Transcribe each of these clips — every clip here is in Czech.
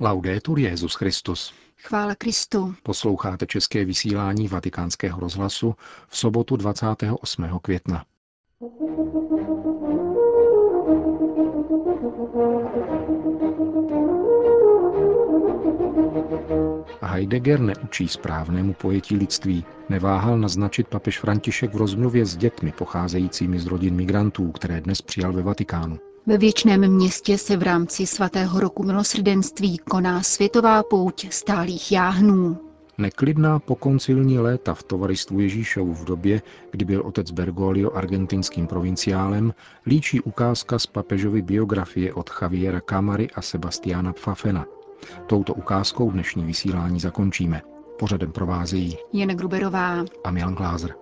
Laudetur Jesus Christus. Chvála Kristu. Posloucháte české vysílání Vatikánského rozhlasu v sobotu 28. května. Heidegger neučí správnému pojetí lidství. Neváhal naznačit papež František v rozmluvě s dětmi pocházejícími z rodin migrantů, které dnes přijal ve Vatikánu. Ve Věčném městě se v rámci svatého roku milosrdenství koná světová pouť stálých jáhnů. Neklidná pokoncilní léta v tovaristvu Ježíšovu v době, kdy byl otec Bergoglio argentinským provinciálem, líčí ukázka z papežovy biografie od Javiera Camary a Sebastiana Pfaffena. Touto ukázkou dnešní vysílání zakončíme. Pořadem provázejí Jana Gruberová a Milan Glázer.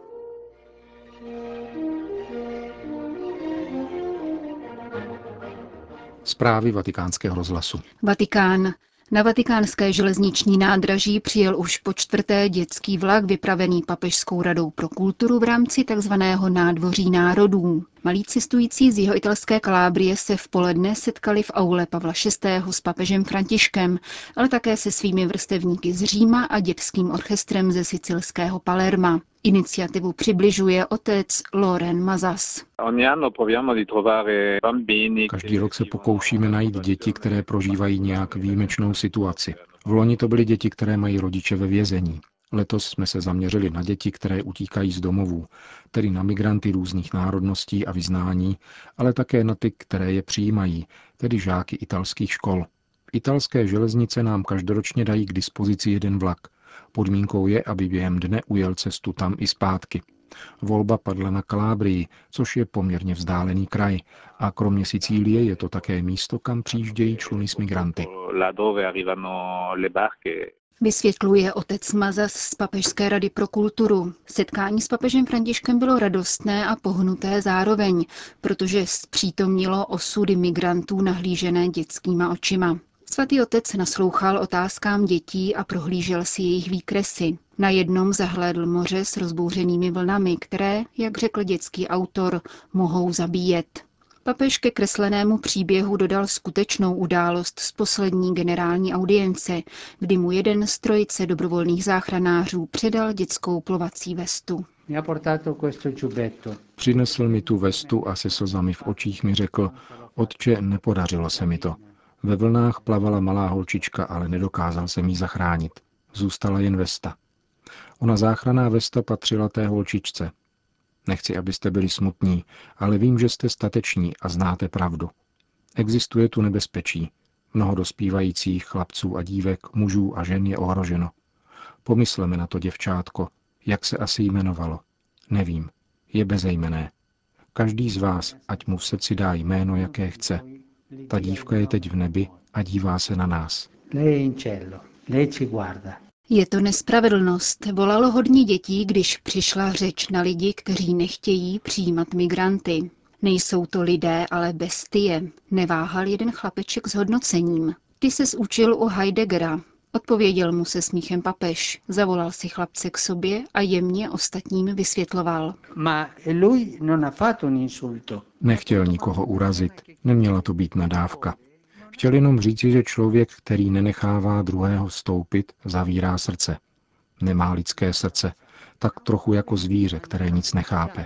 Zprávy Vatikánského rozhlasu. Vatikán. Na vatikánské železniční nádraží přijel už po čtvrté dětský vlak vypravený Papežskou radou pro kulturu v rámci tzv. Nádvoří národů. Malí cestující z jihoitalské Kalábrie se v poledne setkali v aule Pavla VI. S papežem Františkem, ale také se svými vrstevníky z Říma a dětským orchestrem ze sicilského Palerma. Iniciativu přibližuje otec Loren Mazas. Každý rok se pokoušíme najít děti, které prožívají nějak výjimečnou situaci. V loni to byly děti, které mají rodiče ve vězení. Letos jsme se zaměřili na děti, které utíkají z domovů, tedy na migranty různých národností a vyznání, ale také na ty, které je přijímají, tedy žáky italských škol. Italské železnice nám každoročně dají k dispozici jeden vlak. Podmínkou je, aby během dne ujel cestu tam i zpátky. Volba padla na Kalábrii, což je poměrně vzdálený kraj, a kromě Sicílie je to také místo, kam přijíždějí čluny s migranty. Vysvětluje otec Mazas z Papežské rady pro kulturu. Setkání s papežem Františkem bylo radostné a pohnuté zároveň, protože zpřítomnilo osudy migrantů nahlížené dětskýma očima. Svatý otec naslouchal otázkám dětí a prohlížel si jejich výkresy. Na jednom zahlédl moře s rozbouřenými vlnami, které, jak řekl dětský autor, mohou zabíjet. Papež ke kreslenému příběhu dodal skutečnou událost z poslední generální audience, kdy mu jeden z trojice dobrovolných záchranářů předal dětskou plovací vestu. Přinesl mi tu vestu a se slzami v očích mi řekl: Otče, nepodařilo se mi to. Ve vlnách plavala malá holčička, ale nedokázal jsem jí zachránit. Zůstala jen vesta. Ona záchranná vesta patřila té holčičce. Nechci, abyste byli smutní, ale vím, že jste stateční a znáte pravdu. Existuje tu nebezpečí. Mnoho dospívajících chlapců a dívek, mužů a žen je ohroženo. Pomysleme na to děvčátko, jak se asi jmenovalo. Nevím, je bezejmenné. Každý z vás, ať mu v srdci dá jméno, jaké chce. Ta dívka je teď v nebi a dívá se na nás. Je to nespravedlnost, volalo hodně dětí, když přišla řeč na lidi, kteří nechtějí přijímat migranty. Nejsou to lidé, ale bestie, neváhal jeden chlapeček s hodnocením. Ty ses učil u Heideggera, odpověděl mu se smíchem papež, zavolal si chlapce k sobě a jemně ostatním vysvětloval. Nechtěl nikoho urazit, neměla to být nadávka. Chtěl jenom říci, že člověk, který nenechává druhého vstoupit, zavírá srdce. Nemá lidské srdce, tak trochu jako zvíře, které nic nechápe.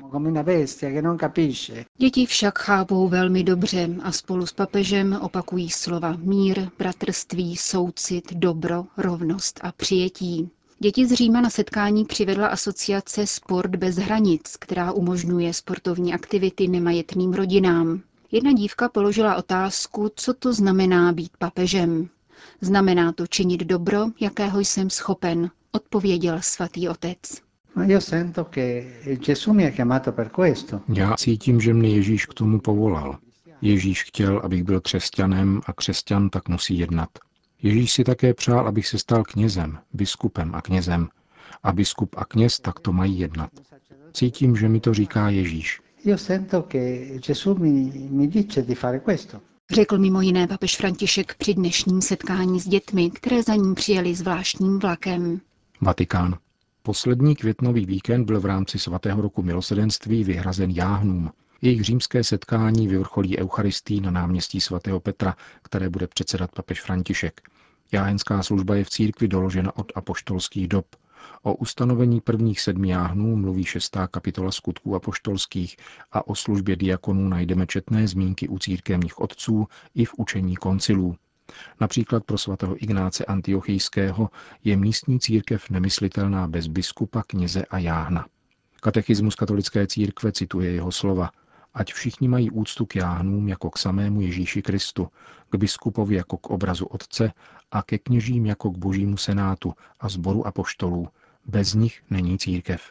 Děti však chápou velmi dobře a spolu s papežem opakují slova mír, bratrství, soucit, dobro, rovnost a přijetí. Děti z Říma na setkání přivedla asociace Sport bez hranic, která umožňuje sportovní aktivity nemajetným rodinám. Jedna dívka položila otázku, co to znamená být papežem. Znamená to činit dobro, jakého jsem schopen, odpověděl svatý otec. Já cítím, že mě Ježíš k tomu povolal. Ježíš chtěl, abych byl křesťanem a křesťan tak musí jednat. Ježíš si také přál, abych se stal knězem, biskupem a knězem. A biskup a kněz takto mají jednat. Cítím, že mi to říká Ježíš. Řekl mimo jiné papež František při dnešním setkání s dětmi, které za ním přijeli zvláštním vlakem. Vatikán. Poslední květnový víkend byl v rámci svatého roku milosrdenství vyhrazen jáhnům. Jejich římské setkání vyvrcholí eucharistií na náměstí svatého Petra, které bude předsedat papež František. Jáhenská služba je v církvi doložena od apoštolských dob. O ustanovení prvních 7 jáhnů mluví 6. kapitola Skutků apoštolských a o službě diakonů najdeme četné zmínky u církevních otců i v učení koncilů. Například pro svatého Ignáce Antiochijského je místní církev nemyslitelná bez biskupa, kněze a jáhna. Katechismus katolické církve cituje jeho slova: ať všichni mají úctu k jáhnům jako k samému Ježíši Kristu, k biskupovi jako k obrazu Otce a ke kněžím jako k božímu senátu a sboru apoštolů. Bez nich není církev.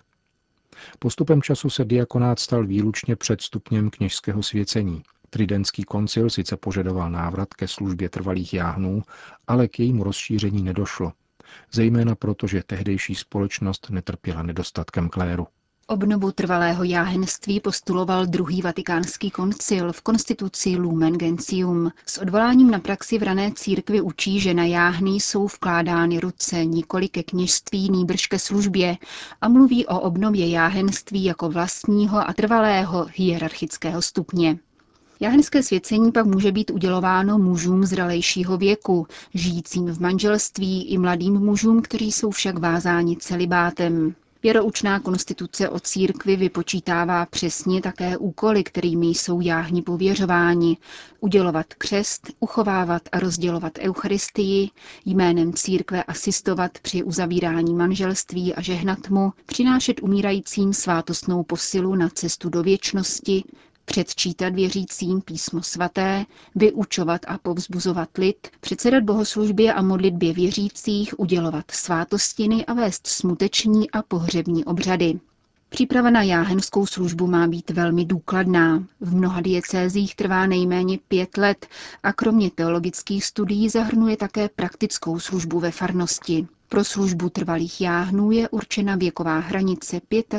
Postupem času se diakonát stal výlučně předstupněm kněžského svěcení. Tridentský koncil sice požadoval návrat ke službě trvalých jáhnů, ale k jejímu rozšíření nedošlo. Zejména proto, že tehdejší společnost netrpěla nedostatkem kléru. Obnovu trvalého jáhenství postuloval druhý vatikánský koncil v konstituci Lumen Gentium. S odvoláním na praxi v rané církvi učí, že na jáhny jsou vkládány ruce nikoli ke kněžství, nýbrž ke službě a mluví o obnově jáhenství jako vlastního a trvalého hierarchického stupně. Jáhenské svěcení pak může být udělováno mužům zralejšího věku, žijícím v manželství i mladým mužům, kteří jsou však vázáni celibátem. Věroučná konstituce o církvi vypočítává přesně také úkoly, kterými jsou jáhni pověřováni: udělovat křest, uchovávat a rozdělovat eucharistii, jménem církve asistovat při uzavírání manželství a žehnat mu, přinášet umírajícím svátostnou posilu na cestu do věčnosti, předčítat věřícím písmo svaté, vyučovat a povzbuzovat lid, předsedat bohoslužbě a modlitbě věřících, udělovat svátostiny a vést smuteční a pohřební obřady. Příprava na jáhenskou službu má být velmi důkladná. V mnoha diecézích trvá nejméně 5 let a kromě teologických studií zahrnuje také praktickou službu ve farnosti. Pro službu trvalých jáhnů je určena věková hranice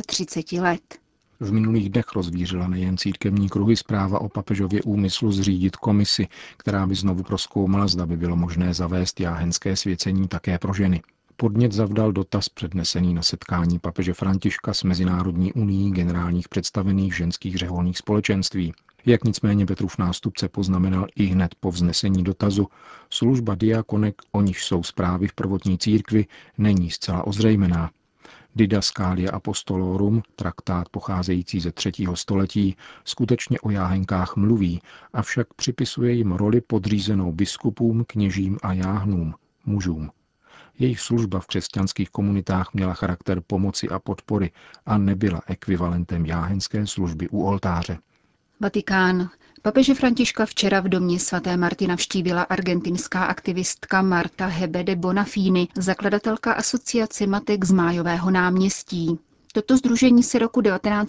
35 let. V minulých dnech rozvířila nejen církevní kruhy zpráva o papežově úmyslu zřídit komisi, která by znovu prozkoumala, zda by bylo možné zavést jáhenské svěcení také pro ženy. Podnět zavdal dotaz přednesený na setkání papeže Františka s Mezinárodní unií generálních představených ženských řeholních společenství. Jak nicméně Petrův nástupce poznamenal i hned po vznesení dotazu, služba diakonek, o níž jsou zprávy v prvotní církvi, není zcela ozřejmená. Didascalia Apostolorum, traktát pocházející ze 3. století, skutečně o jáhenkách mluví, avšak připisuje jim roli podřízenou biskupům, kněžím a jáhnům, mužům. Jejich služba v křesťanských komunitách měla charakter pomoci a podpory a nebyla ekvivalentem jáhenské služby u oltáře. Vatikán. Papeže Františka včera v domě svaté Marty navštívila argentinská aktivistka Marta Hebe de Bonafini, zakladatelka asociace matek z Májového náměstí. Toto sdružení se roku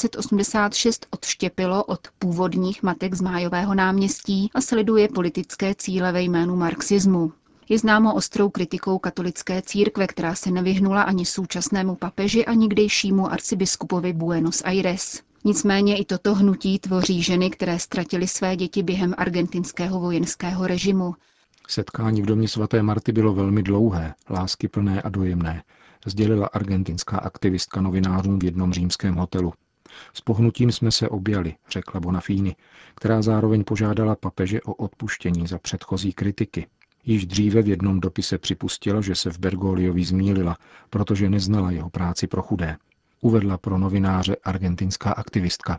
1986 odštěpilo od původních matek z Májového náměstí a sleduje politické cíle ve jménu marxismu. Je známo ostrou kritikou katolické církve, která se nevyhnula ani současnému papeži, ani někdejšímu arcibiskupovi Buenos Aires. Nicméně i toto hnutí tvoří ženy, které ztratily své děti během argentinského vojenského režimu. Setkání v domě svaté Marty bylo velmi dlouhé, láskyplné a dojemné, sdělila argentinská aktivistka novinářům v jednom římském hotelu. S pohnutím jsme se objali, řekla Bonafini, která zároveň požádala papeže o odpuštění za předchozí kritiky. Již dříve v jednom dopise připustila, že se v Bergogliovi zmýlila, protože neznala jeho práci pro chudé. Uvedla pro novináře argentinská aktivistka.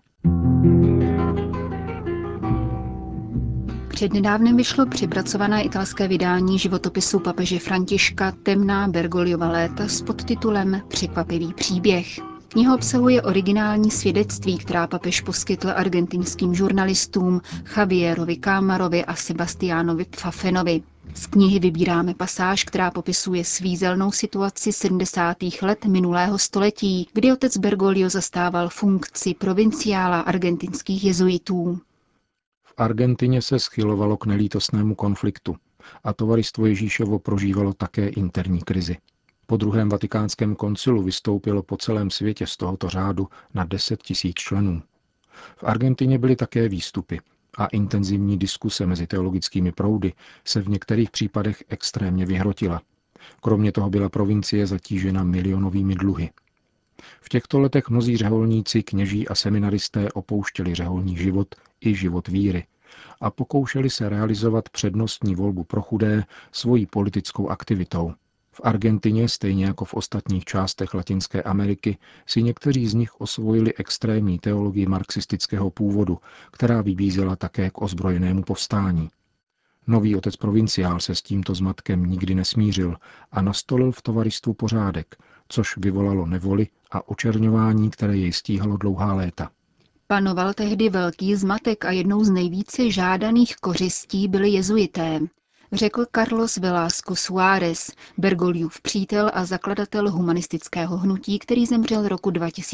Přednedávnem vyšlo přepracované italské vydání životopisu papeže Františka Temná Bergogliova léta s podtitulem Překvapivý příběh. Kniha obsahuje originální svědectví, která papež poskytl argentinským žurnalistům Javierovi Cámarovi a Sebastiánovi Pfaffenovi. Z knihy vybíráme pasáž, která popisuje svízelnou situaci 70. let minulého století, kdy otec Bergoglio zastával funkci provinciála argentinských jezuitů. V Argentině se schylovalo k nelítostnému konfliktu a tovaristvo Ježíšovo prožívalo také interní krizi. Po druhém vatikánském koncilu vystoupilo po celém světě z tohoto řádu na 10 000 členů. V Argentině byly také výstupy a intenzivní diskuse mezi teologickými proudy se v některých případech extrémně vyhrotila. Kromě toho byla provincie zatížena milionovými dluhy. V těchto letech mnozí řeholníci, kněží a seminaristé opouštěli řeholní život i život víry a pokoušeli se realizovat přednostní volbu pro chudé svojí politickou aktivitou. V Argentině, stejně jako v ostatních částech Latinské Ameriky, si někteří z nich osvojili extrémní teologii marxistického původu, která vybízela také k ozbrojenému povstání. Nový otec provinciál se s tímto zmatkem nikdy nesmířil a nastolil v tovaristvu pořádek, což vyvolalo nevoli a očerňování, které jej stíhalo dlouhá léta. Panoval tehdy velký zmatek a jednou z nejvíce žádaných kořistí byli jezuité, řekl Carlos Velasco Suárez, Bergoliův přítel a zakladatel humanistického hnutí, který zemřel roku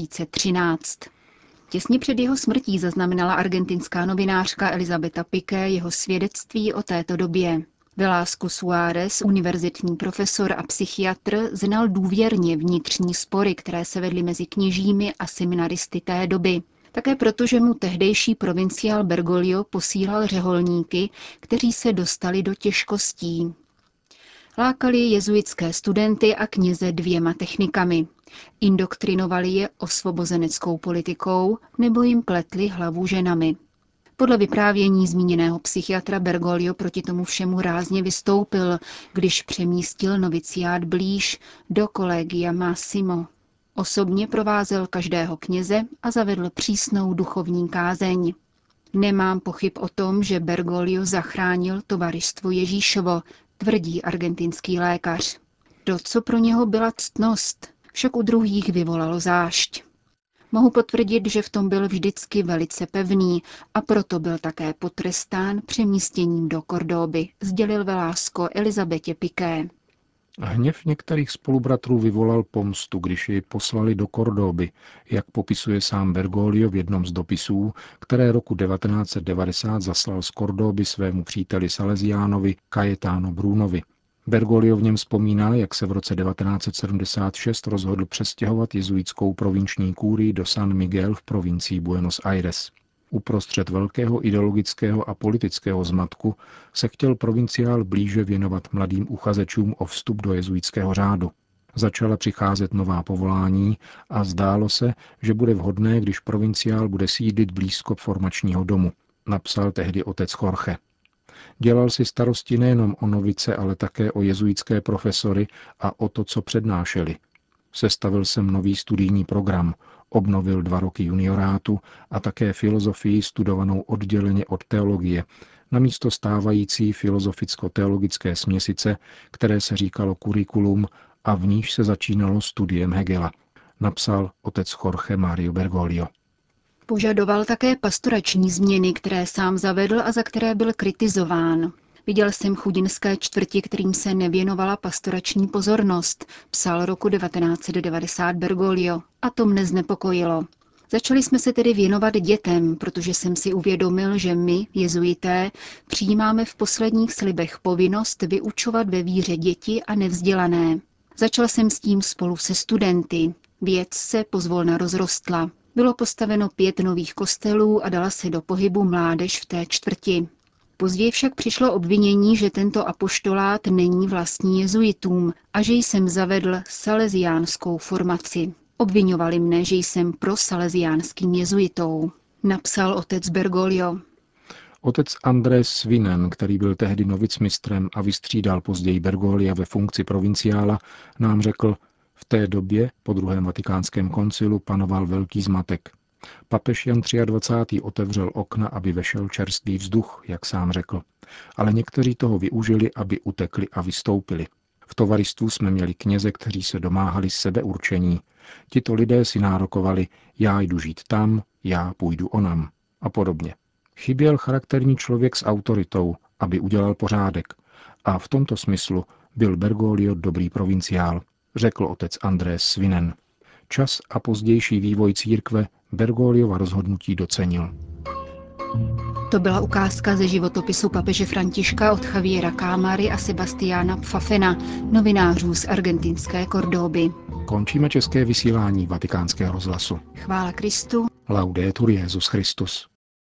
2013. Těsně před jeho smrtí zaznamenala argentinská novinářka Elizabeta Piqué jeho svědectví o této době. Velasco Suárez, univerzitní profesor a psychiatr, znal důvěrně vnitřní spory, které se vedly mezi kněžími a seminaristy té doby. Také proto, že mu tehdejší provinciál Bergoglio posílal řeholníky, kteří se dostali do těžkostí. Lákali jezuitské studenty a kněze dvěma technikami. Indoktrinovali je osvobozeneckou politikou nebo jim kletli hlavu ženami. Podle vyprávění zmíněného psychiatra Bergoglio proti tomu všemu rázně vystoupil, když přemístil noviciát blíž do Collegia Massimo. Osobně provázel každého kněze a zavedl přísnou duchovní kázeň. Nemám pochyb o tom, že Bergoglio zachránil tovaristvo Ježíšovo, tvrdí argentinský lékař. To, co pro něho byla ctnost, však u druhých vyvolalo zášť. Mohu potvrdit, že v tom byl vždycky velice pevný a proto byl také potrestán přemístěním do Kordoby, sdělil Velasco Elizabetě Piqué. Hněv některých spolubratrů vyvolal pomstu, když jej poslali do Kordoby, jak popisuje sám Bergoglio v jednom z dopisů, které roku 1990 zaslal z Kordoby svému příteli Salesiánovi Cayetano Brunovi. Bergoglio v něm vzpomíná, jak se v roce 1976 rozhodl přestěhovat jezuitskou provinční kúrii do San Miguel v provincii Buenos Aires. Uprostřed velkého ideologického a politického zmatku se chtěl provinciál blíže věnovat mladým uchazečům o vstup do jezuitského řádu. Začala přicházet nová povolání a zdálo se, že bude vhodné, když provinciál bude sídlit blízko formačního domu, napsal tehdy otec Jorge. Dělal si starosti nejenom o novice, ale také o jezuitské profesory a o to, co přednášeli. Sestavil jsem nový studijní program, obnovil 2 roky juniorátu a také filozofii studovanou odděleně od teologie, namísto stávající filozoficko-teologické směsice, které se říkalo kurikulum a v níž se začínalo studiem Hegela, napsal otec Jorge Mario Bergoglio. Požadoval také pastorační změny, které sám zavedl a za které byl kritizován. Viděl jsem chudinské čtvrti, kterým se nevěnovala pastorační pozornost, psal roku 1990 Bergoglio, a to mne znepokojilo. Začali jsme se tedy věnovat dětem, protože jsem si uvědomil, že my, jezuité, přijímáme v posledních slibech povinnost vyučovat ve víře děti a nevzdělané. Začal jsem s tím spolu se studenty. Věc se pozvolna rozrostla. Bylo postaveno 5 nových kostelů a dala se do pohybu mládež v té čtvrti. Později však přišlo obvinění, že tento apoštolát není vlastní jezuitům a že jsem zavedl salesiánskou formaci. Obviňovali mne, že jsem pro salesiánským jezuitou, napsal otec Bergoglio. Otec Andrés Svinen, který byl tehdy novicmistrem a vystřídal později Bergoglia ve funkci provinciála, nám řekl, v té době po druhém vatikánském koncilu panoval velký zmatek. Papež Jan 23. otevřel okna, aby vešel čerstvý vzduch, jak sám řekl. Ale někteří toho využili, aby utekli a vystoupili. V tovaristvu jsme měli kněze, kteří se domáhali sebeurčení. Tito lidé si nárokovali, já jdu žít tam, já půjdu onam a podobně. Chyběl charakterní člověk s autoritou, aby udělal pořádek. A v tomto smyslu byl Bergoglio dobrý provinciál, řekl otec Andrés Svinen. Čas a pozdější vývoj církve Bergogliova rozhodnutí docenil. To byla ukázka ze životopisu papeže Františka od Javiera Cámary a Sebastiana Pfaffena, novinářů z argentinské Kordoby. Končíme české vysílání Vatikánského rozhlasu. Chvála Kristu. Laudetur Jesus Christus.